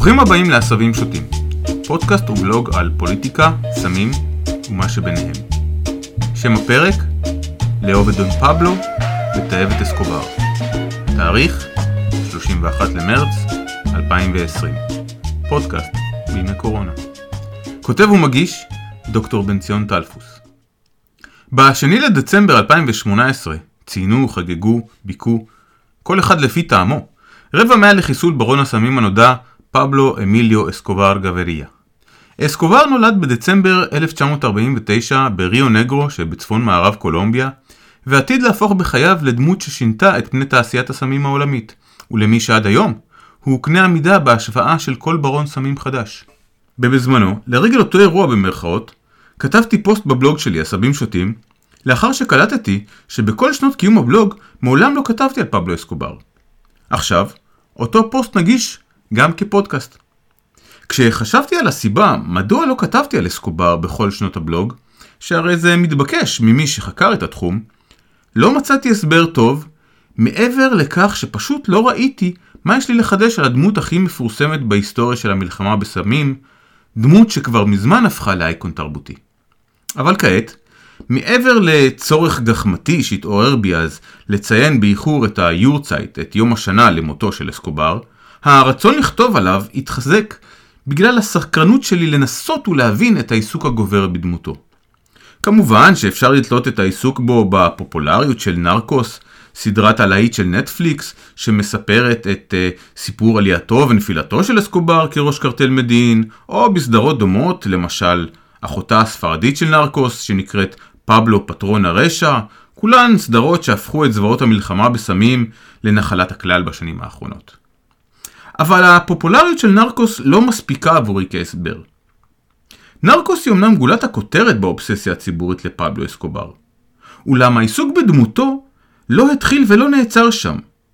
ברוכים הבאים לעשבים שוטים, פודקאסט ובלוג על פוליטיקה, סמים ומה שביניהם. שם הפרק, לאהוב את דון פבלו ותאהב את אסקובר. תאריך, 31 למרץ 2020. פודקאסט בימי קורונה. כותב ומגיש, דוקטור בן ציון טלפוס. בשני לדצמבר 2018 ציינו, חגגו, ביקו, כל אחד לפי טעמו, רבע מאה לחיסול ברון הסמים הנודע פבלו אמיליו אסקובר גבריה. אסקובר נולד בדצמבר 1949 בריו נגרו שבצפון מערב קולומביה, ועתיד להפוך בחייו לדמות ששינתה את פני תעשיית הסמים העולמית, ולמי שעד היום הוא קנה עמידה בהשוואה של כל ברון סמים חדש. בזמנו, לרגל אותו אירוע במרכאות, כתבתי פוסט בבלוג שלי, עשבים שוטים, לאחר שקלטתי שבכל שנות קיום הבלוג מעולם לא כתבתי על פבלו אסקובר. עכשיו, אותו פוסט נגיש גם כפודקאסט. כשחשבתי על הסיבה מדוע לא כתבתי על אסקובר בכל שנות הבלוג, שהרי זה מתבקש ממי שחקר את התחום, לא מצאתי הסבר טוב, מעבר לכך שפשוט לא ראיתי מה יש לי לחדש על הדמות הכי מפורסמת בהיסטוריה של המלחמה בסמים, דמות שכבר מזמן הפכה לאייקון תרבותי. אבל כעת, מעבר לצורך גחמתי שהתעורר בי אז לציין באיחור את היורצייט, את יום השנה למותו של אסקובר, הרצון לכתוב עליו התחזק בגלל הסקרנות שלי לנסות ולהבין את העיסוק הגובר בדמותו. כמובן שאפשר לתלות את העיסוק בו בפופולריות של נרקוס, סדרת הלהיט של נטפליקס שמספרת את סיפור עלייתו ונפילתו של אסקובר כראש קרטל מדין, או בסדרות דומות, למשל אחותה הספרדית של נרקוס שנקראת פבלו פטרון הרשע, כולן סדרות שהפכו את זוועות המלחמה בסמים לנחלת הכלל בשנים האחרונות. אבל הפופולריות של נרקוס לא מספיקה עבורי כהסבר. נרקוס היא אמנם גולת הכותרת באובססיה הציבורית לפבלו אסקובר, אולם העיסוק בדמותו לא התחיל ולא נעצר שם.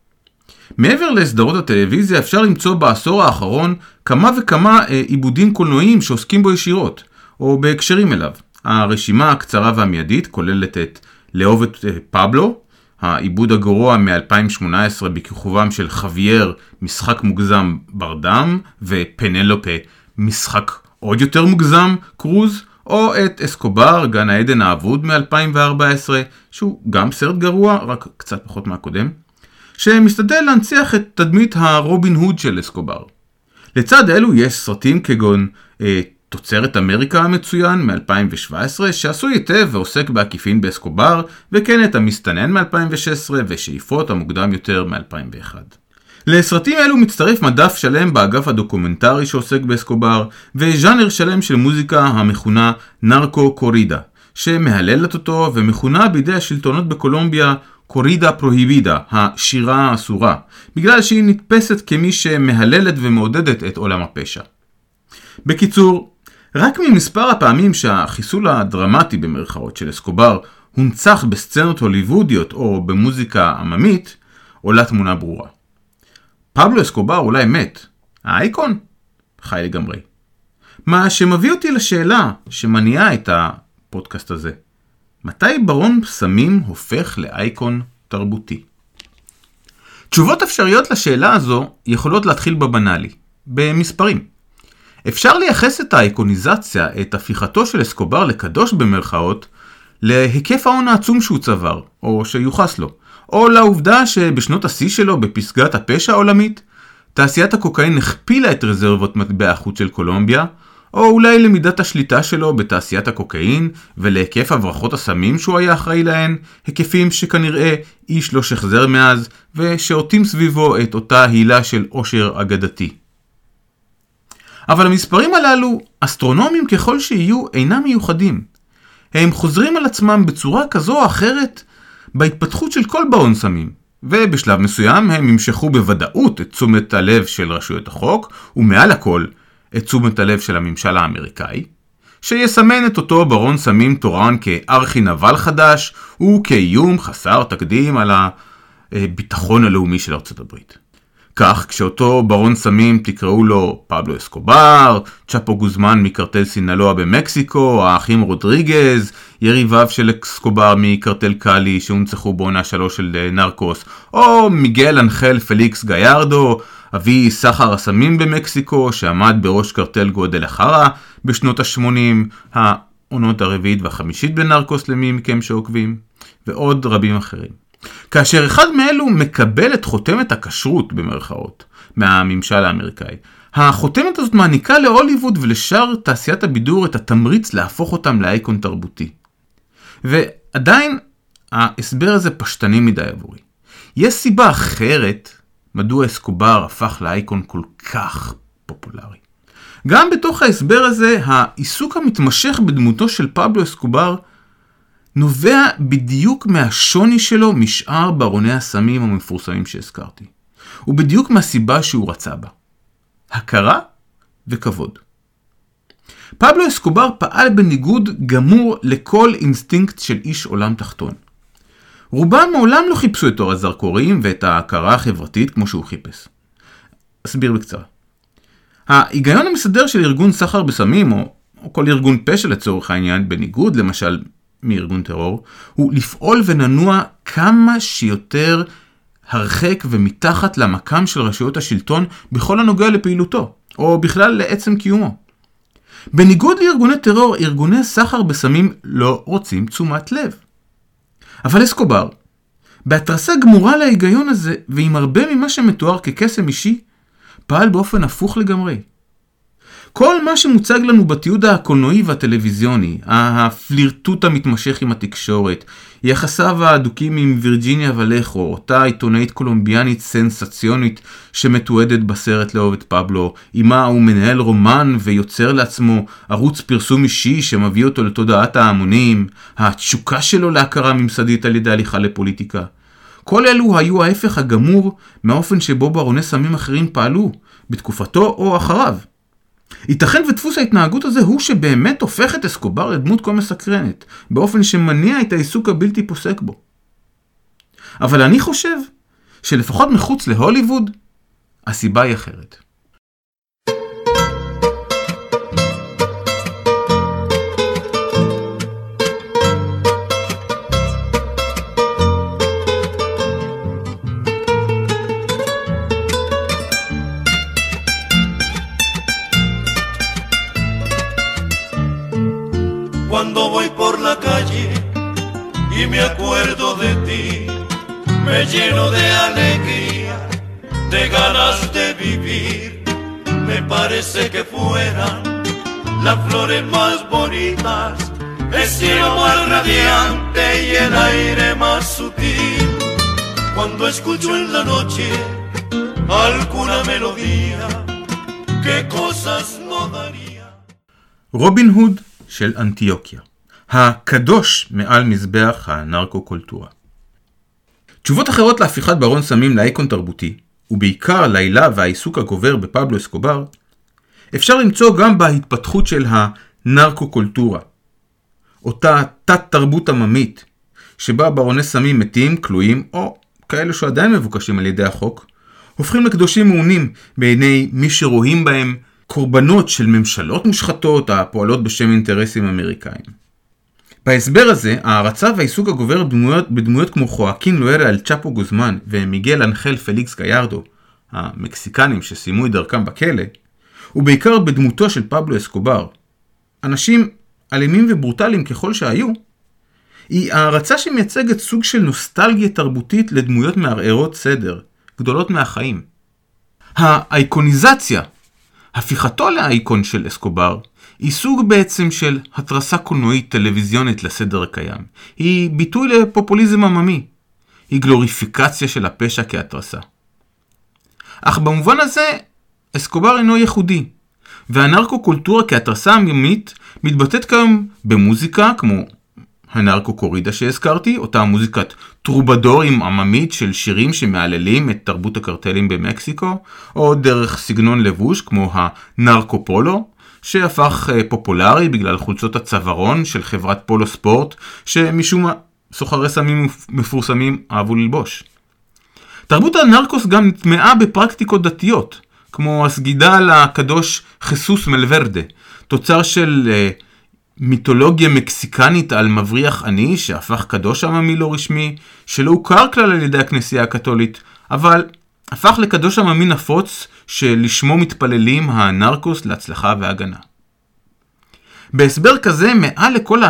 מעבר לסדרות הטלוויזיה אפשר למצוא בעשור האחרון כמה וכמה עיבודים קולנועיים שעוסקים בו ישירות, או בהקשרים אליו. הרשימה הקצרה והמיידית כוללת את לאהוב את פבלו, העיבוד הגרוע מ-2018 בכיכובם של חווייר, משחק מוגזם ברדם, ופנלופה, משחק עוד יותר מוגזם, קרוז, או את אסקובר, גן העדן האבוד מ-2014, שהוא גם סרט גרוע, רק קצת פחות מהקודם, שמסתדל להנציח את תדמית הרובין הוד של אסקובר. לצד אלו יש סרטים כגון תוצרת אמריקה המצוין מ-2017, שעשוי היטב ועוסק בעקיפין באסקובר, וכן את המסתנן מ-2016 ושאיפות המוקדם יותר מ-2001. לסרטים אלו מצטרף מדף שלם באגף הדוקומנטרי שעוסק באסקובר, וז'אנר שלם של מוזיקה המכונה נרקו קורידה, שמהללת אותו ומכונה בידי השלטונות בקולומביה קורידה פרוהיבידה, השירה האסורה, בגלל שהיא נתפסת כמי שמהללת ומעודדת את עולם הפשע. בקיצור, רק ממספר הפעמים שהחיסול הדרמטי במרכאות של אסקובר הונצח בסצנות הוליוודיות או במוזיקה עממית, עולה תמונה ברורה. פבלו אסקובר אולי מת, האייקון חי לגמרי. מה שמביא אותי לשאלה שמניעה את הפודקאסט הזה. מתי ברון סמים הופך לאייקון תרבותי? תשובות אפשריות לשאלה הזו יכולות להתחיל בבנאלי, במספרים. אפשר לייחס את האיקוניזציה, את הפיכתו של אסקובר לקדוש במרכאות, להיקף ההון העצום שהוא צבר, או שיוחס לו, או לעובדה שבשנות השיא שלו בפסגת הפשע העולמית, תעשיית הקוקאין הכפילה את רזרבות מטבע החוץ של קולומביה, או אולי למידת השליטה שלו בתעשיית הקוקאין ולהיקף הברחות הסמים שהוא היה אחראי להן, היקפים שכנראה איש לא שחזר מאז, ושעוטים סביבו את אותה הילה של עושר אגדתי. אבל המספרים הללו, אסטרונומיים ככל שיהיו, אינם מיוחדים. הם חוזרים על עצמם בצורה כזו או אחרת בהתפתחות של כל ברון סמים, ובשלב מסוים הם ימשכו בוודאות את תשומת הלב של רשויות החוק, ומעל הכל את תשומת הלב של הממשל האמריקאי, שיסמן את אותו ברון סמים תורן כארכי נבל חדש, וכאיום חסר תקדים על הביטחון הלאומי של ארצות הברית. כך, כשאותו ברון סמים תקראו לו פבלו אסקובר, צ'אפו גוזמן מקרטל סינלואה במקסיקו, האחים רודריגז, יריביו של אסקובר מקרטל קאלי שהונצחו בעונה 3 של נרקוס, או מיגל אנחל פליקס גיירדו, אבי סחר הסמים במקסיקו, שעמד בראש קרטל גואדלחרה בשנות ה-80, העונות הרביעית והחמישית בנרקוס למי מכם שעוקבים, ועוד רבים אחרים. כאשר אחד מאלו מקבל את חותמת הכשרות במרכאות מהממשל האמריקאי, החותמת הזאת מעניקה להוליווד ולשאר תעשיית הבידור את התמריץ להפוך אותם לאייקון תרבותי. ועדיין ההסבר הזה פשטני מדי עבורי. יש סיבה אחרת מדוע אסקובר הפך לאייקון כל כך פופולרי. גם בתוך ההסבר הזה, העיסוק המתמשך בדמותו של פבלו אסקובר נובע בדיוק מהשוני שלו משאר ברוני הסמים המפורסמים שהזכרתי. ובדיוק מהסיבה שהוא רצה בה. הכרה וכבוד. פבלו אסקובר פעל בניגוד גמור לכל אינסטינקט של איש עולם תחתון. רובם מעולם לא חיפשו את אור הזרקורים ואת ההכרה החברתית כמו שהוא חיפש. אסביר בקצרה. ההיגיון המסדר של ארגון סחר בסמים, או כל ארגון פשע לצורך העניין, בניגוד למשל מארגון טרור, הוא לפעול וננוע כמה שיותר הרחק ומתחת למקם של רשויות השלטון בכל הנוגע לפעילותו, או בכלל לעצם קיומו. בניגוד לארגוני טרור, ארגוני סחר בסמים לא רוצים תשומת לב. אבל אסקובר, בהתרסה גמורה להיגיון הזה, ועם הרבה ממה שמתואר כקסם אישי, פעל באופן הפוך לגמרי. כל מה שמוצג לנו בתיעוד הקולנועי והטלוויזיוני, הפלירטוט המתמשך עם התקשורת, יחסיו האדוקים עם וירג'יניה ולכו, אותה עיתונאית קולומביאנית סנסציונית שמתועדת בסרט לאהוב את פבלו, עמה הוא מנהל רומן ויוצר לעצמו ערוץ פרסום אישי שמביא אותו לתודעת ההמונים, התשוקה שלו להכרה ממסדית על ידי הליכה לפוליטיקה. כל אלו היו ההפך הגמור מהאופן שבו ברוני סמים אחרים פעלו, בתקופתו או אחריו. ייתכן ודפוס ההתנהגות הזה הוא שבאמת הופך את אסקובר לדמות כה מסקרנת, באופן שמניע את העיסוק הבלתי פוסק בו. אבל אני חושב שלפחות מחוץ להוליווד, הסיבה היא אחרת. Cuando voy por la calle y me acuerdo de ti, me lleno de alegría, de ganas de vivir. Me parece que fueran las flores más bonitas, el cielo más radiante y el aire más sutil. Cuando escucho en la noche alguna melodía, qué cosas no daría. רובין הוד של אנטיוקיה, הקדוש מעל מזבח הנרקו-קולטורה. תשובות אחרות להפיכת ברון סמים לאייקון תרבותי, ובעיקר לילה והעיסוק הגובר בפבלו אסקובר, אפשר למצוא גם בהתפתחות של הנרקו-קולטורה, אותה תת-תרבות עממית, שבה ברוני סמים מתים, כלואים, או כאלו שעדיין מבוקשים על ידי החוק, הופכים לקדושים מעונים בעיני מי שרואים בהם קורבנות של ממשלות מושחתות הפועלות בשם אינטרסים אמריקאים. בהסבר הזה, ההרצה והעיסוק הגובר בדמויות כמו חואקין לוארה אל צ'אפו גוזמן ומיגל אנחל פליקס גיירדו, המקסיקנים שסיימו את דרכם בכלא, ובעיקר בדמותו של פבלו אסקובר, אנשים אלימים וברוטליים ככל שהיו, היא ההרצה שמייצגת סוג של נוסטלגיה תרבותית לדמויות מערערות סדר, גדולות מהחיים. האייקוניזציה, הפיכתו לאייקון של אסקובר, היא סוג בעצם של התרסה קולנועית טלוויזיונית לסדר הקיים. היא ביטוי לפופוליזם עממי. היא גלוריפיקציה של הפשע כהתרסה. אך במובן הזה, אסקובר אינו ייחודי. והנרקו-קולטורה כהתרסה עממית מתבטאת כיום במוזיקה כמו הנרקו-קורידה שהזכרתי, אותה מוזיקת טרובדורים עממית של שירים שמעללים את תרבות הקרטלים במקסיקו, או דרך סגנון לבוש כמו הנרקו-פולו, שהפך פופולרי בגלל חולצות הצווארון של חברת פולו ספורט, שמשום מה סוחרי סמים מפורסמים אהבו ללבוש. תרבות הנרקוס גם נטמעה בפרקטיקות דתיות, כמו הסגידה לקדוש חיסוס מלוורדה, תוצר של מיתולוגיה מקסיקנית על מבריח עני שהפך קדוש עממי לא רשמי, שלא הוכר כלל על ידי הכנסייה הקתולית, אבל הפך לקדוש המאמין נפוץ שלשמו מתפללים הנרקוס להצלחה והגנה. בהסבר כזה, מעל לכל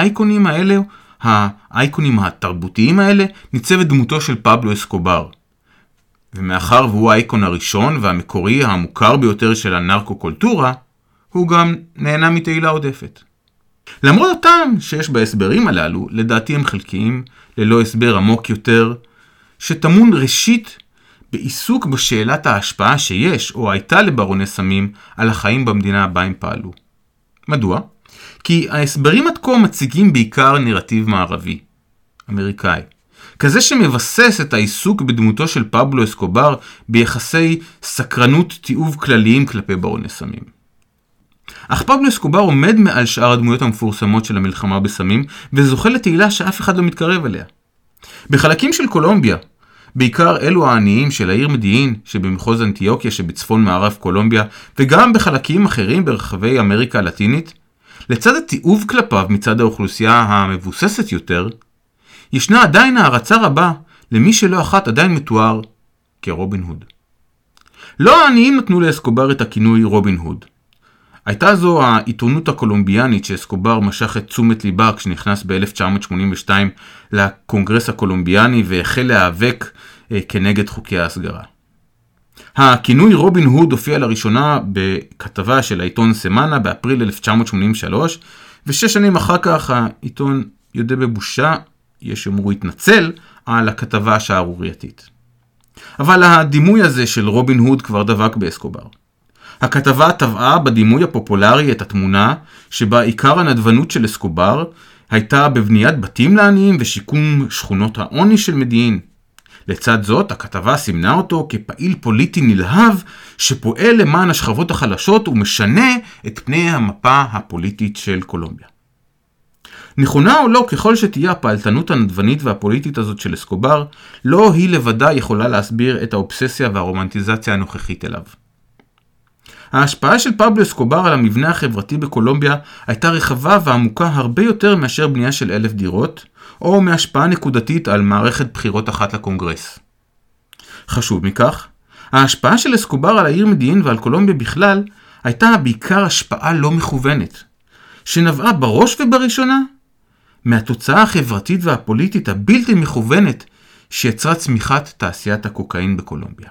האייקונים התרבותיים האלה, ניצבת דמותו של פבלו אסקובר. ומאחר והוא האייקון הראשון והמקורי המוכר ביותר של הנרקו-קולטורה, הוא גם נהנה מתהילה עודפת. למרות הטעם שיש בהסברים הללו, לדעתי הם חלקיים, ללא הסבר עמוק יותר, שטמון ראשית בעיסוק בשאלת ההשפעה שיש או הייתה לברוני סמים על החיים במדינה בה הם פעלו. מדוע? כי ההסברים עד כה מציגים בעיקר נרטיב מערבי, אמריקאי, כזה שמבסס את העיסוק בדמותו של פבלו אסקובר ביחסי סקרנות תיעוב כלליים כלפי ברוני סמים. אך פבלו אסקובר עומד מעל שאר הדמויות המפורסמות של המלחמה בסמים, וזוכה לתהילה שאף אחד לא מתקרב אליה. בחלקים של קולומביה, בעיקר אלו העניים של העיר מדיין שבמחוז אנטיוקיה שבצפון מערב קולומביה, וגם בחלקים אחרים ברחבי אמריקה הלטינית, לצד התיעוב כלפיו מצד האוכלוסייה המבוססת יותר, ישנה עדיין הערצה רבה למי שלא אחת עדיין מתואר כרובין הוד. לא העניים נתנו לאסקובר את הכינוי רובין הוד. הייתה זו העיתונות הקולומביאנית שאסקובר משך את תשומת ליבה כשנכנס ב-1982 לקונגרס הקולומביאני והחל להיאבק כנגד חוקי ההסגרה. הכינוי רובין הוד הופיע לראשונה בכתבה של העיתון סמנה באפריל 1983, ושש שנים אחר כך העיתון יודה בבושה, יש אמרו התנצל, על הכתבה השערורייתית. אבל הדימוי הזה של רובין הוד כבר דבק באסקובר. הכתבה טבעה בדימוי הפופולרי את התמונה שבה עיקר הנדבנות של אסקובר הייתה בבניית בתים לעניים ושיקום שכונות העוני של מדיין. לצד זאת, הכתבה סימנה אותו כפעיל פוליטי נלהב שפועל למען השכבות החלשות ומשנה את פני המפה הפוליטית של קולומביה. נכונה או לא, ככל שתהיה הפעלתנות הנדבנית והפוליטית הזאת של אסקובר, לא היא לבדה יכולה להסביר את האובססיה והרומנטיזציה הנוכחית אליו. ההשפעה של פבלו אסקובר על המבנה החברתי בקולומביה הייתה רחבה ועמוקה הרבה יותר מאשר בנייה של 1,000 דירות, או מהשפעה נקודתית על מערכת בחירות אחת לקונגרס. חשוב מכך, ההשפעה של אסקובר על העיר מדיין ועל קולומביה בכלל הייתה בעיקר השפעה לא מכוונת, שנבעה בראש ובראשונה מהתוצאה החברתית והפוליטית הבלתי מכוונת שיצרה צמיחת תעשיית הקוקאין בקולומביה.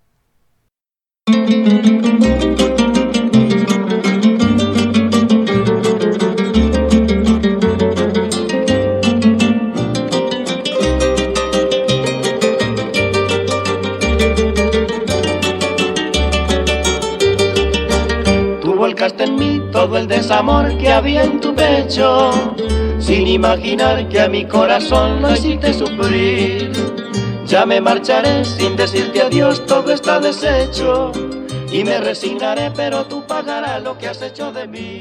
Volcaste en mí todo el desamor que había en tu pecho, sin imaginar que a mi corazón lo hiciste sufrir. Ya me marcharé sin decirte adiós, todo está deshecho, y me resignaré, pero tú pagarás lo que has hecho de mí.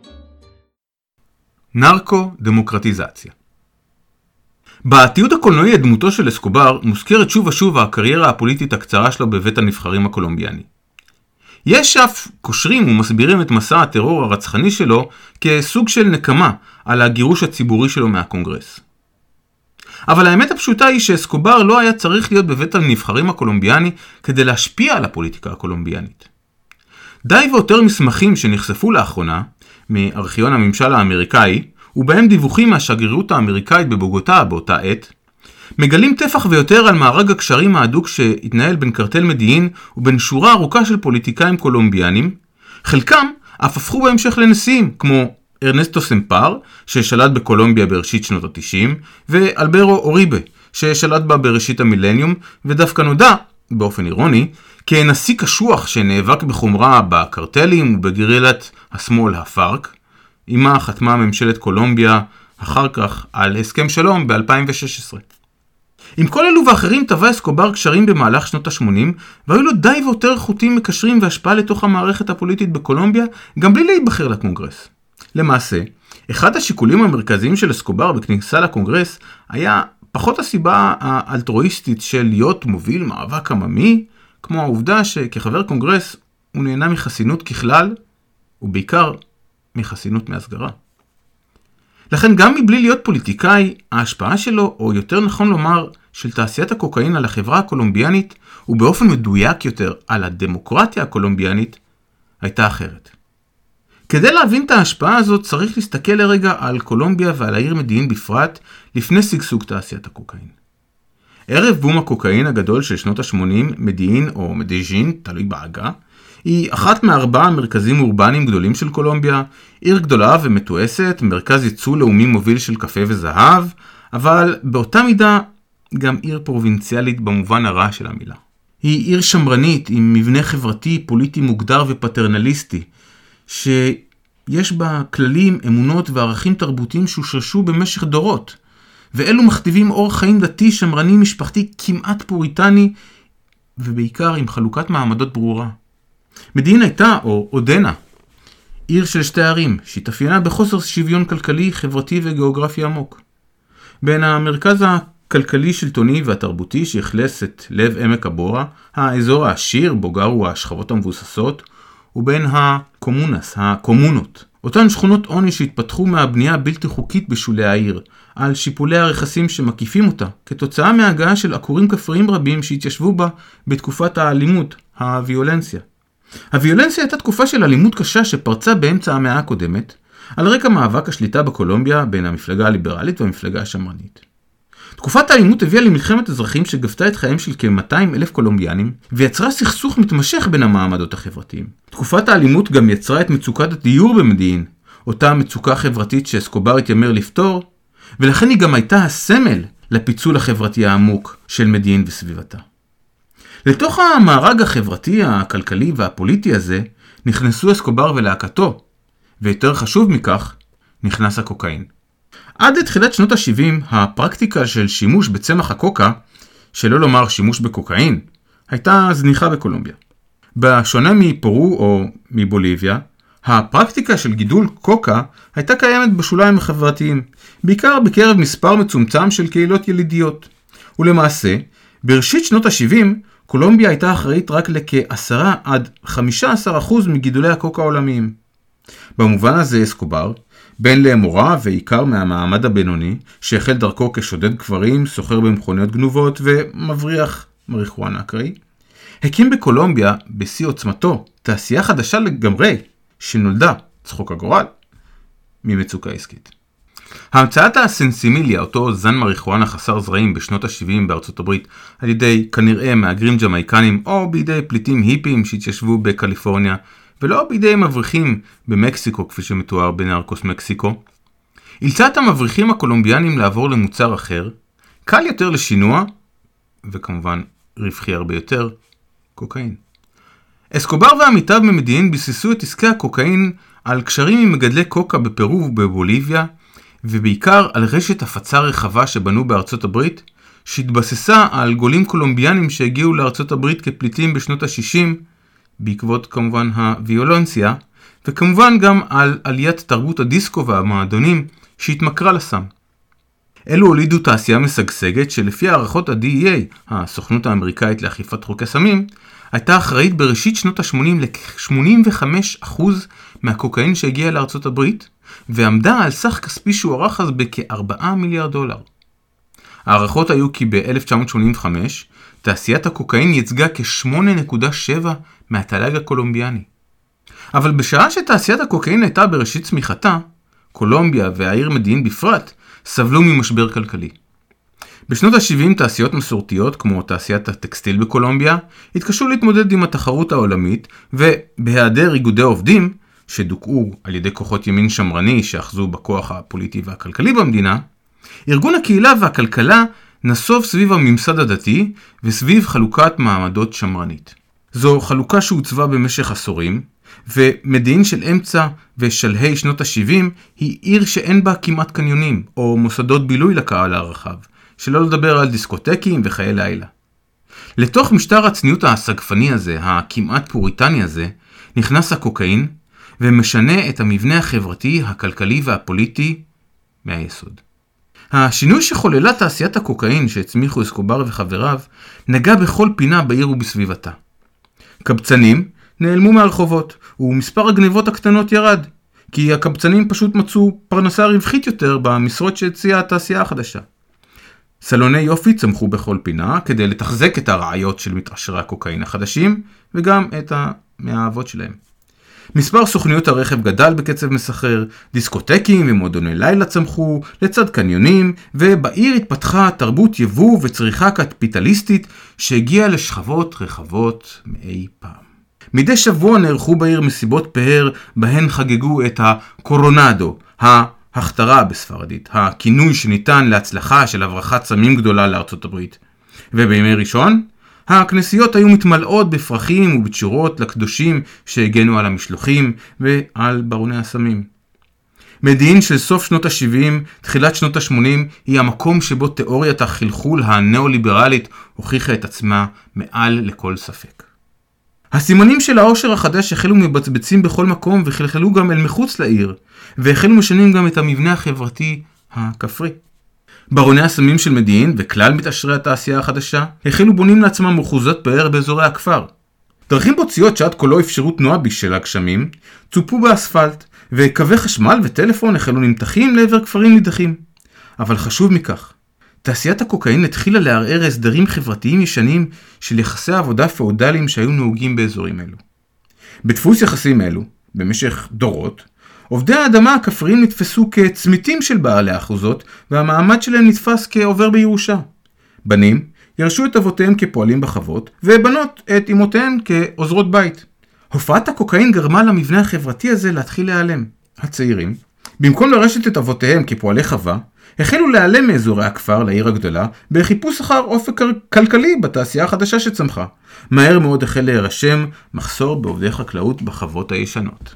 נרקו-דמוקרטיזציה. בתיעוד הקולנועי דמותו של אסקובר מוזכרת שוב ושוב הקריירה הפוליטית הקצרה שלו בבית הנבחרים הקולומביאני. יש אף קושרים ומסבירים את מסע הטרור הרצחני שלו כסוג של נקמה על הגירוש הציבורי שלו מהקונגרס. אבל האמת הפשוטה היא שאסקובר לא היה צריך להיות בבית הנבחרים הקולומביאני כדי להשפיע על הפוליטיקה הקולומביאנית. די ויותר מסמכים שנחשפו לאחרונה מארכיון הממשל האמריקאי, ובהם דיווחים מהשגרירות האמריקאית בבוגוטה באותה עת, מגלים טפח ויותר על מארג הקשרים ההדוק שהתנהל בין קרטל מדיין ובין שורה ארוכה של פוליטיקאים קולומביאנים, חלקם אף הפכו בהמשך לנשיאים, כמו ארנסטו סמפר, ששלט בקולומביה בראשית שנות ה-90, ואלברו אוריבה, ששלט בה בראשית המילניום, ודווקא נודע, באופן אירוני, כנשיא קשוח שנאבק בחומרה בקרטלים ובגרילת השמאל הפארק, עמה חתמה ממשלת קולומביה אחר כך על הסכם שלום ב-2016. עם כל אלו ואחרים טבע אסקובר קשרים במהלך שנות ה-80, והיו לו די ויותר חוטים מקשרים והשפעה לתוך המערכת הפוליטית בקולומביה, גם בלי להיבחר לקונגרס. למעשה, אחד השיקולים המרכזיים של אסקובר בכניסה לקונגרס היה פחות הסיבה האלטרואיסטית של להיות מוביל מאבק עממי, כמו העובדה שכחבר קונגרס הוא נהנה מחסינות ככלל, ובעיקר מחסינות מהסגרה. לכן גם מבלי להיות פוליטיקאי, ההשפעה שלו, או יותר נכון לומר, של תעשיית הקוקאין על החברה הקולומביאנית, ובאופן מדויק יותר על הדמוקרטיה הקולומביאנית, הייתה אחרת. כדי להבין את ההשפעה הזאת צריך להסתכל לרגע על קולומביה ועל העיר מדין בפרט לפני שגשוג תעשיית הקוקאין. ערב בום הקוקאין הגדול של שנות ה-80, מדין או מדז'ין, תלוי בעגה, היא אחת מארבעה מרכזים אורבניים גדולים של קולומביה, עיר גדולה ומתועסת, מרכז ייצוא לאומי מוביל של קפה וזהב, אבל באותה מידה גם עיר פרובינציאלית במובן הרע של המילה. היא עיר שמרנית עם מבנה חברתי, פוליטי מוגדר ופטרנליסטי, שיש בה כללים, אמונות וערכים תרבותיים שהושרשו במשך דורות, ואלו מכתיבים אורח חיים דתי, שמרני, משפחתי, כמעט פוריטני, ובעיקר עם חלוקת מעמדות ברורה. מדין הייתה, או עודנה, עיר של שתי ערים, שהתאפיינה בחוסר שוויון כלכלי, חברתי וגיאוגרפי עמוק. בין המרכז הכלכלי-שלטוני והתרבותי שהכלס את לב עמק הבורה, האזור העשיר בו גרו השכבות המבוססות, ובין הקומונות, אותן שכונות עוני שהתפתחו מהבנייה הבלתי חוקית בשולי העיר, על שיפולי הרכסים שמקיפים אותה, כתוצאה מהגעה של עקורים כפריים רבים שהתיישבו בה בתקופת האלימות, הוויולנסיה. הוויולנסיה הייתה תקופה של אלימות קשה שפרצה באמצע המאה הקודמת, על רקע מאבק השליטה בקולומביה בין המפלגה הליברלית והמפלגה השמרנית. תקופת האלימות הביאה למלחמת אזרחים שגבתה את חייהם של כ-200,000 קולומביאנים, ויצרה סכסוך מתמשך בין המעמדות החברתיים. תקופת האלימות גם יצרה את מצוקת הדיור במדין, אותה מצוקה חברתית שאסקובר התיימר לפתור, ולכן היא גם הייתה הסמל לפיצול החברתי העמוק של מדין וסביבתה. לתוך המארג החברתי, הכלכלי והפוליטי הזה נכנסו אסקובר ולהקתו, ויותר חשוב מכך, נכנס הקוקאין. עד לתחילת שנות ה-70, הפרקטיקה של שימוש בצמח הקוקה, שלא לומר שימוש בקוקאין, הייתה זניחה בקולומביה. בשונה מפרו או מבוליביה, הפרקטיקה של גידול קוקה הייתה קיימת בשוליים החברתיים, בעיקר בקרב מספר מצומצם של קהילות ילידיות. ולמעשה, בראשית שנות ה-70, קולומביה הייתה אחראית רק לכ-10 עד 15% מגידולי הקוקה העולמיים. במובן הזה אסקובר, בן לאמורה ועיקר מהמעמד הבינוני, שהחל דרכו כשודד כפרים, סוחר במכוניות גנובות ומבריח מריחואנה אקראי, הקים בקולומביה, בשיא עוצמתו, תעשייה חדשה לגמרי, שנולדה, צחוק הגורל, ממצוקה עסקית. המצאת הסנסימיליה, אותו זן מריחואנה חסר זרעים בשנות ה-70 בארצות הברית, על ידי כנראה מהגרים ג'מייקנים או בידי פליטים היפים שהתיישבו בקליפורניה, ולא בידי מבריחים במקסיקו כפי שמתואר בנרקוס מקסיקו, אילצה את המבריחים הקולומביאנים לעבור למוצר אחר, קל יותר לשינוע, וכמובן רווחי הרבה יותר, קוקאין. אסקובר ועמיתיו ממדין ביססו את עסקי הקוקאין על קשרים עם מגדלי קוקה בפרו ובבוליביה, ובעיקר על רשת הפצה רחבה שבנו בארצות הברית, שהתבססה על גולים קולומביאנים שהגיעו לארצות הברית כפליטים בשנות ה-60, בעקבות כמובן הוויולנסיה, וכמובן גם על עליית תרבות הדיסקו והמועדונים שהתמכרה לסם. אלו הולידו תעשייה משגשגת שלפי הערכות ה-DEA, הסוכנות האמריקאית לאכיפת חוקי סמים, הייתה אחראית בראשית שנות ה-80 ל-85% מהקוקאין שהגיע לארצות הברית, ועמדה על סך כספי שהוערך אז בכ-$4 מיליארד. הערכות היו כי ב-1985 תעשיית הקוקאין יצגה כ-8.7 מהתל"ג הקולומביאני. אבל בשעה שתעשיית הקוקאין הייתה בראשית צמיחתה, קולומביה והעיר מדין בפרט סבלו ממשבר כלכלי. בשנות ה-70 תעשיות מסורתיות כמו תעשיית הטקסטיל בקולומביה התקשו להתמודד עם התחרות העולמית, ובהיעדר איגודי עובדים שדוכאו על ידי כוחות ימין שמרני שאחזו בכוח הפוליטי והכלכלי במדינה, ארגון הקהילה והכלכלה נסוב סביב הממסד הדתי וסביב חלוקת מעמדות שמרנית. זו חלוקה שהוצבה במשך עשורים, ומדין של אמצע ושלהי שנות ה-70 היא עיר שאין בה כמעט קניונים או מוסדות בילוי לקהל הרחב, שלא לדבר על דיסקוטקים וחיי לילה. לתוך משטר הצניעות הסגפני הזה, הכמעט פוריטני הזה, נכנס הקוקאין ומשנה את המבנה החברתי, הכלכלי והפוליטי מהיסוד. השינוי שחוללה תעשיית הקוקאין שהצמיחו אסקובר וחבריו נגע בכל פינה בעיר ובסביבתה. קבצנים נעלמו מהרחובות ומספר הגניבות הקטנות ירד, כי הקבצנים פשוט מצאו פרנסה רווחית יותר במשרות שהציעה התעשייה החדשה. סלוני יופי צמחו בכל פינה כדי לתחזק את הרעיות של מתעשרי הקוקאין החדשים וגם את המאהבות שלהם. מספר סוכניות הרכב גדל בקצב מסחרר, דיסקוטקים ומועדוני לילה צמחו לצד קניונים, ובעיר התפתחה תרבות יבוא וצריכה קפיטליסטית שהגיעה לשכבות רחבות מאי פעם. מדי שבוע נערכו בעיר מסיבות פאר בהן חגגו את הקורונדו, ההכתרה בספרדית, הכינוי שניתן להצלחה של הברחת סמים גדולה לארצות הברית. ובימי ראשון, הכנסיות היו מתמלאות בפרחים ובתשורות לקדושים שהגנו על המשלוחים ועל ברוני הסמים. מדיין של סוף שנות ה-70, תחילת שנות ה-80, היא המקום שבו תיאוריית החלחול הנאו-ליברלית הוכיחה את עצמה מעל לכל ספק. הסימנים של העושר החדש החלו מבצבצים בכל מקום וחלחלו גם אל מחוץ לעיר, והחלו משנים גם את המבנה החברתי הכפרי. ברוני הסמים של מדיין וכלל מתעשרי התעשייה החדשה החלו בונים לעצמם מחוזות פאר באזורי הכפר. דרכים בוציות שעד כה לא אפשרו תנועה בשל הגשמים צופו באספלט, וקווי חשמל וטלפון החלו נמתחים לעבר כפרים נידחים. אבל חשוב מכך, תעשיית הקוקאין התחילה לערער הסדרים חברתיים ישנים של יחסי עבודה פאודליים שהיו נהוגים באזורים אלו. בדפוס יחסים אלו, במשך דורות, עובדי האדמה הכפריים נתפסו כצמיתים של בעלי האחוזות, והמעמד שלהם נתפס כעובר בירושה. בנים ירשו את אבותיהם כפועלים בחוות, ובנות את אמותיהן כעוזרות בית. הופעת הקוקאין גרמה למבנה החברתי הזה להתחיל להיעלם. הצעירים, במקום לרשת את אבותיהם כפועלי חווה, החלו להיעלם מאזורי הכפר לעיר הגדולה, בחיפוש אחר אופק כלכלי בתעשייה החדשה שצמחה. מהר מאוד החל להירשם מחסור בעובדי חקלאות בחוות הישנות.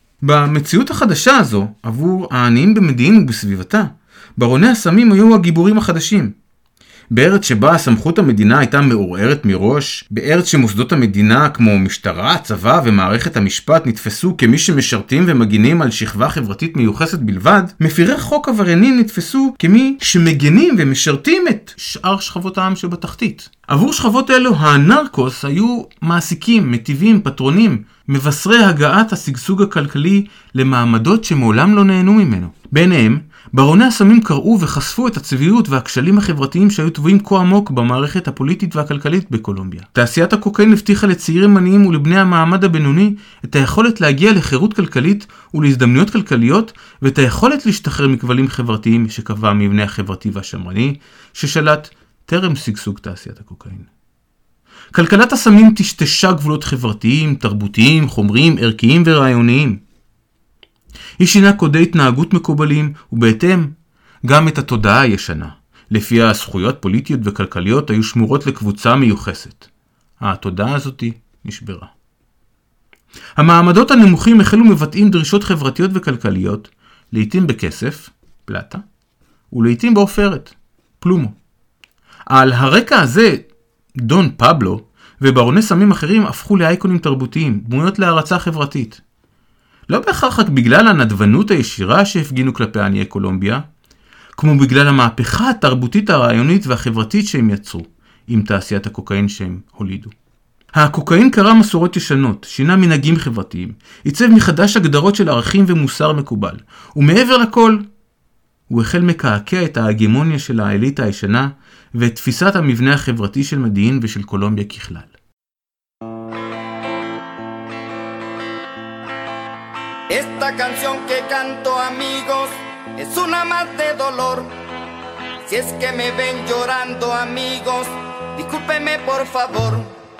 במציאות החדשה הזו, עבור העניים במדיין ובסביבתה, ברוני הסמים היו הגיבורים החדשים. בארץ שבה סמכות המדינה הייתה מעורערת מראש, בארץ שמוסדות המדינה כמו משטרה, צבא ומערכת המשפט נתפסו כמי שמשרתים ומגינים על שכבה חברתית מיוחסת בלבד, מפירי חוק עבריינים נתפסו כמי שמגנים ומשרתים את שאר שכבות העם שבתחתית. עבור שכבות אלו הנרקוס היו מעסיקים, מטיבים, פטרונים, מבשרי הגעת השגשוג הכלכלי למעמדות שמעולם לא נהנו ממנו. ביניהם, ברוני הסמים קראו וחשפו את הצביעות והכשלים החברתיים שהיו טבועים כה עמוק במערכת הפוליטית והכלכלית בקולומביה. תעשיית הקוקאין הבטיחה לצעירים עניים ולבני המעמד הבינוני את היכולת להגיע לחירות כלכלית ולהזדמנויות כלכליות, ואת היכולת להשתחרר מכבלים חברתיים שקבע המבנה החברתי והשמרני ששלט טרם שגשוג תעשיית הקוקאין. כלכלת הסמים טשטשה גבולות חברתיים, תרבותיים, חומריים, ערכיים ורעיוניים. היא שינה קודי התנהגות מקובלים, ובהתאם גם את התודעה הישנה, לפיה הזכויות פוליטיות וכלכליות היו שמורות לקבוצה מיוחסת. התודעה הזאת נשברה. המעמדות הנמוכים החלו מבטאים דרישות חברתיות וכלכליות, לעתים בכסף, פלטה, ולעתים באופרת, פלומו. על הרקע הזה, דון פבלו וברוני סמים אחרים הפכו לאייקונים תרבותיים, דמויות להערצה חברתית. לא בהכרח רק בגלל הנדבנות הישירה שהפגינו כלפי עניי קולומביה, כמו בגלל המהפכה התרבותית הרעיונית והחברתית שהם יצרו עם תעשיית הקוקאין שהם הולידו. הקוקאין קרא מסורות ישנות, שינה מנהגים חברתיים, עיצב מחדש הגדרות של ערכים ומוסר מקובל, ומעבר לכל, הוא החל מקעקע את ההגמוניה של האליטה הישנה ואת תפיסת המבנה החברתי של מדיין ושל קולומביה ככלל. Esta canción que canto, amigos, es una más de dolor. Si es que me ven llorando, amigos, discúlpenme por favor.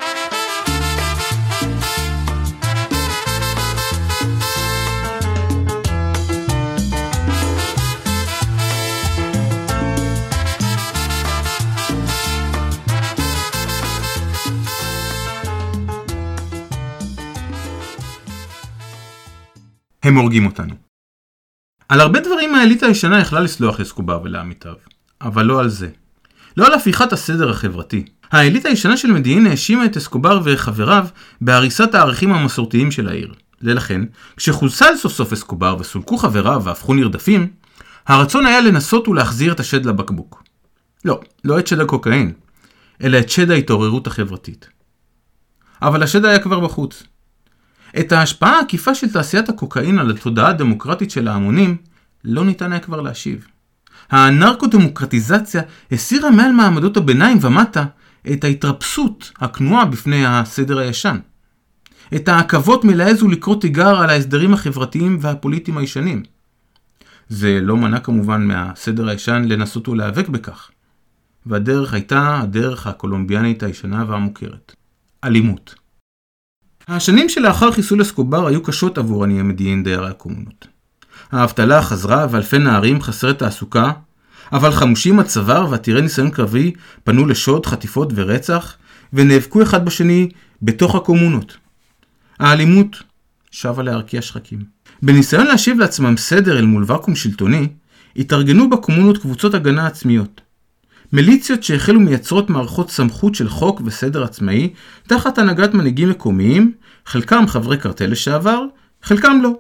הם הורגים אותנו. על הרבה דברים האליטה הישנה יכלה לסלוח לאסקובר ולעמיתיו, אבל לא על זה. לא על הפיכת הסדר החברתי. האליטה הישנה של מדיין האשימה את אסקובר וחבריו בהריסת הערכים המסורתיים של העיר. לכן, כשחוסל סוף סוף אסקובר וסולקו חבריו והפכו נרדפים, הרצון היה לנסות ולהחזיר את השד לבקבוק. לא את שד הקוקאין, אלא את שד ההתעוררות החברתית. אבל השד היה כבר בחוץ. את ההשפעה העקיפה של תעשיית הקוקאין על התודעה הדמוקרטית של ההמונים לא ניתן היה כבר להשיב. הנרקודמוקרטיזציה הסירה מעל מעמדות הביניים ומטה את ההתרפסות הכנועה בפני הסדר הישן. את העכבות מלעזו לקרוא תיגר על ההסדרים החברתיים והפוליטיים הישנים. זה לא מנע כמובן מהסדר הישן לנסות ולהיאבק בכך. והדרך הייתה הדרך הקולומביאנית הישנה והמוכרת. אלימות. השנים שלאחר חיסול אסקובר היו קשות עבור עניי מדיין דיירי הקומונות. האבטלה חזרה ואלפי נערים חסרי תעסוקה, אבל חמושים הצוואר ועתירי ניסיון קרבי פנו לשוד, חטיפות ורצח, ונאבקו אחד בשני בתוך הקומונות. האלימות שבה להרקיע שחקים. בניסיון להשיב לעצמם סדר אל מול וקום שלטוני, התארגנו בקומונות קבוצות הגנה עצמיות. מיליציות שהחלו מייצרות מערכות סמכות של חוק וסדר עצמאי, תחת הנהגת מנהיגים מקומיים, חלקם חברי קרטל לשעבר, חלקם לא.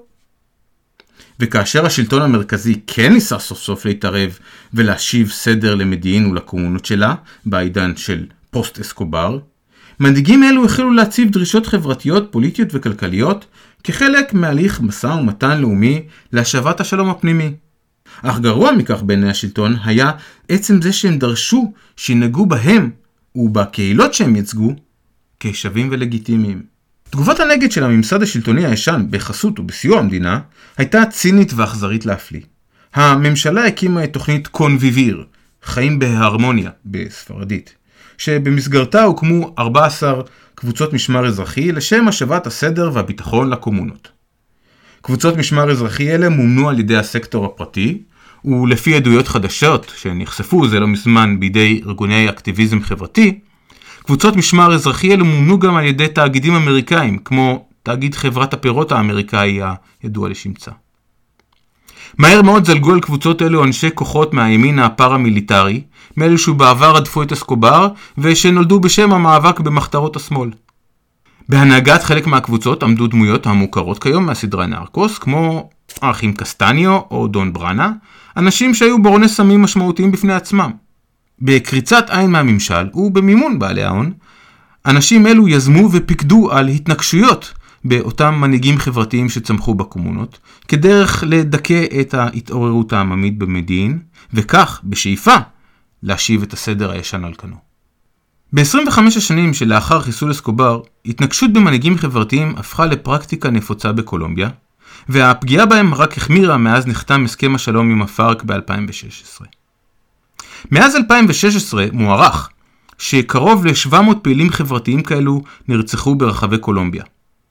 וכאשר השלטון המרכזי כן ניסה סוף סוף להתערב ולהשיב סדר למדיין ולקומונות שלה, בעידן של פוסט אסקובר, מנהיגים אלו החלו להציב דרישות חברתיות, פוליטיות וכלכליות, כחלק מהליך משא ומתן לאומי להשבת השלום הפנימי. אך גרוע מכך בעיני השלטון היה עצם זה שהם דרשו שינהגו בהם ובקהילות שהם יצגו כשווים ולגיטימיים. תגובת הנגד של הממסד השלטוני הישן בחסות ובסיוע המדינה הייתה צינית ואכזרית להפליא. הממשלה הקימה את תוכנית קונביביר, חיים בהרמוניה בספרדית, שבמסגרתה הוקמו 14 קבוצות משמר אזרחי לשם השבת הסדר והביטחון לקומונות. קבוצות משמר אזרחי אלה מומנו על ידי הסקטור הפרטי, ולפי עדויות חדשות שנחשפו זה לא מזמן בידי ארגוני אקטיביזם חברתי, קבוצות משמר אזרחי אלה מומנו גם על ידי תאגידים אמריקאים, כמו תאגיד חברת הפירות האמריקאי הידוע לשמצה. מהר מאוד זלגו על קבוצות אלו אנשי כוחות מהימין הפארה-מיליטרי, מאלו שבעבר עדפו את אסקובר, ושנולדו בשם המאבק במחתרות השמאל. בהנהגת חלק מהקבוצות עמדו דמויות המוכרות כיום מהסדרה נרקוס, כמו האחים קסטניו או דון ברנה, אנשים שהיו ברוני סמים משמעותיים בפני עצמם. בקריצת עין מהממשל ובמימון בעלי ההון, אנשים אלו יזמו ופיקדו על התנגשויות באותם מנהיגים חברתיים שצמחו בקומונות, כדרך לדכא את ההתעוררות העממית במדיין, וכך, בשאיפה, להשיב את הסדר הישן על כנו. ב-25 השנים שלאחר חיסול אסקובר, התנגשות במנהיגים חברתיים הפכה לפרקטיקה נפוצה בקולומביה, והפגיעה בהם רק החמירה מאז נחתם הסכם השלום עם הפארק ב-2016. מאז 2016 מוערך שקרוב ל-700 פעילים חברתיים כאלו נרצחו ברחבי קולומביה.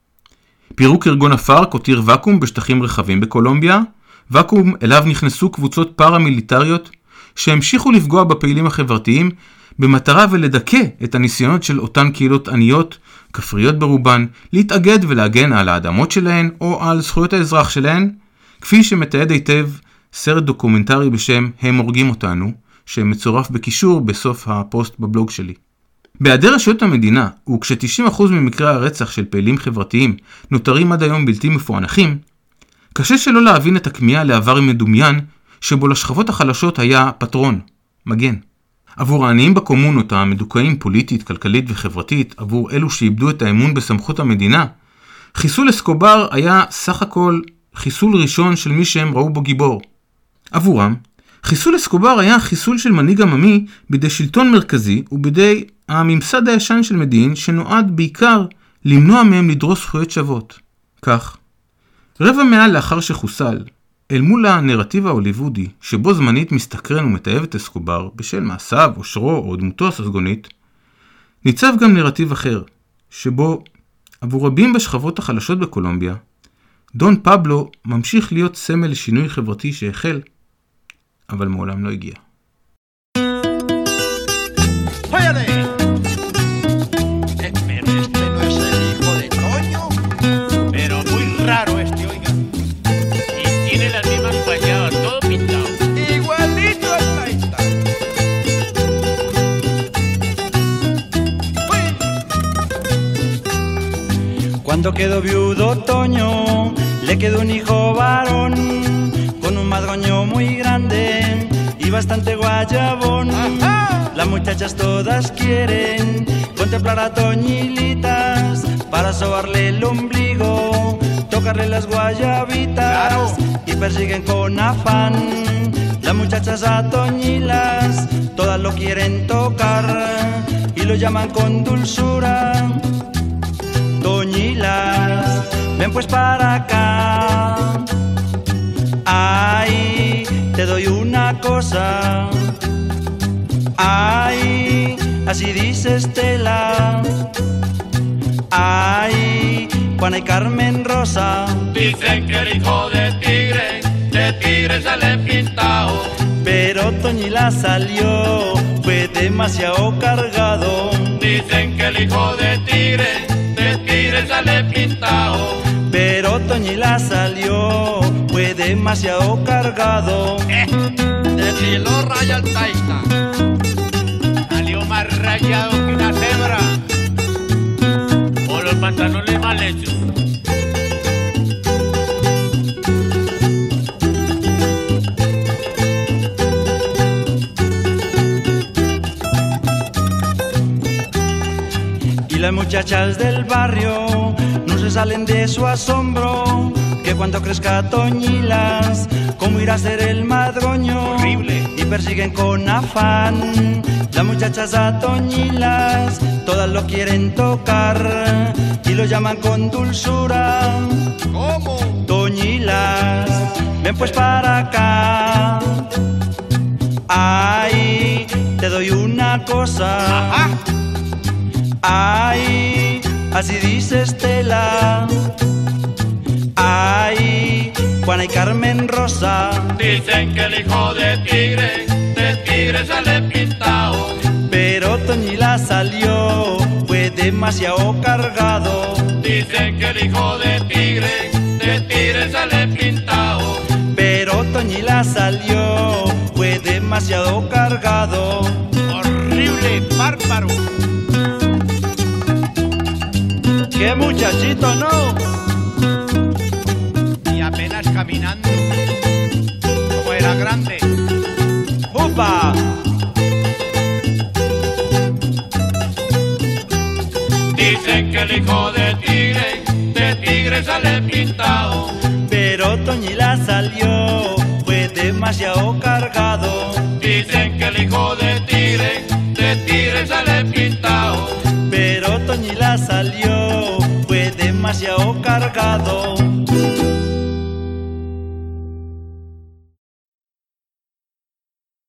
פירוק ארגון הפארק הותיר וקום בשטחים רחבים בקולומביה, וקום אליו נכנסו קבוצות פארה-מיליטריות שהמשיכו לפגוע בפעילים החברתיים במטרה ולדכא את הניסיונות של אותן קהילות עניות, כפריות ברובן, להתאגד ולהגן על האדמות שלהן או על זכויות האזרח שלהן, כפי שמתעד היטב סרט דוקומנטרי בשם "הם הורגים אותנו", שמצורף בקישור בסוף הפוסט בבלוג שלי. בהיעדר רשויות המדינה, וכש-90% ממקרי הרצח של פעילים חברתיים נותרים עד היום בלתי מפוענחים, קשה שלא להבין את הכמיהה לעבר מדומיין שבו לשכבות החלשות היה פטרון, מגן. עבור העניים בקומונות המדוכאים פוליטית, כלכלית וחברתית, עבור אלו שאיבדו את האמון בסמכות המדינה, חיסול אסקובר היה סך הכל חיסול ראשון של מי שהם ראו בו גיבור. עבורם, חיסול אסקובר היה חיסול של מנהיג עממי בידי שלטון מרכזי ובידי הממסד הישן של מדיין שנועד בעיקר למנוע מהם לדרוס זכויות שוות. כך, רבע מאה לאחר שחוסל, אל מול הנרטיב ההוליוודי שבו זמנית מסתקרן ומתאהב את אסקובר בשל מעשיו, אושרו או דמותו הססגונית, ניצב גם נרטיב אחר, שבו עבור רבים בשכבות החלשות בקולומביה, דון פבלו ממשיך להיות סמל לשינוי חברתי שהחל, אבל מעולם לא הגיע. Cuando quedó viudo Toño, le quedó un hijo varón, con un madroño muy grande y bastante guayabón. Las muchachas todas quieren contemplar a Toñilitas para sobarle el ombligo, tocarle las guayabitas y persiguen con afán. Las muchachas muchachas a Toñilas, todas lo quieren tocar y lo llaman con dulzura. Toñilas, ven pues para acá. Ay, te doy una cosa. Ay, así dice Estela. Ay, Juana y Carmen Rosa. Dicen que el hijo de tigre sale pintado. Pero Toñila salió, fue demasiado cargado. Dicen que el hijo de tigre sale pintado. Pero Toñila salió, fue demasiado cargado. De cielo raya el taita. Salió más rayado que una cebra. O los pantalones mal hechos. Y las muchachas del barrio no se salen de su asombro, que cuando crezca Toñilas, cómo irá a ser el madroño. Horrible. Y persiguen con afán las muchachas a Toñilas, todas lo quieren tocar y lo llaman con dulzura. ¿Cómo? Toñilas, ven pues para acá. Ay, te doy una cosa. Ajá. Ay, así dice Estela. Ay, Juana y Carmen Rosa. Dicen que el hijo de tigre sale pintado. Pero Toñila salió, fue demasiado cargado. Dicen que el hijo de tigre sale pintado. Pero Toñila salió, fue demasiado cargado. Horrible, bárbaro. ¡Qué muchachito, no! Y apenas caminando. Como era grande. ¡Upa! Dicen que el hijo de tigre sale pintado. Pero Toñila salió, fue demasiado cargado. Dicen que el hijo de tigre sale pintado. Pero Toñila salió, fue demasiado cargado.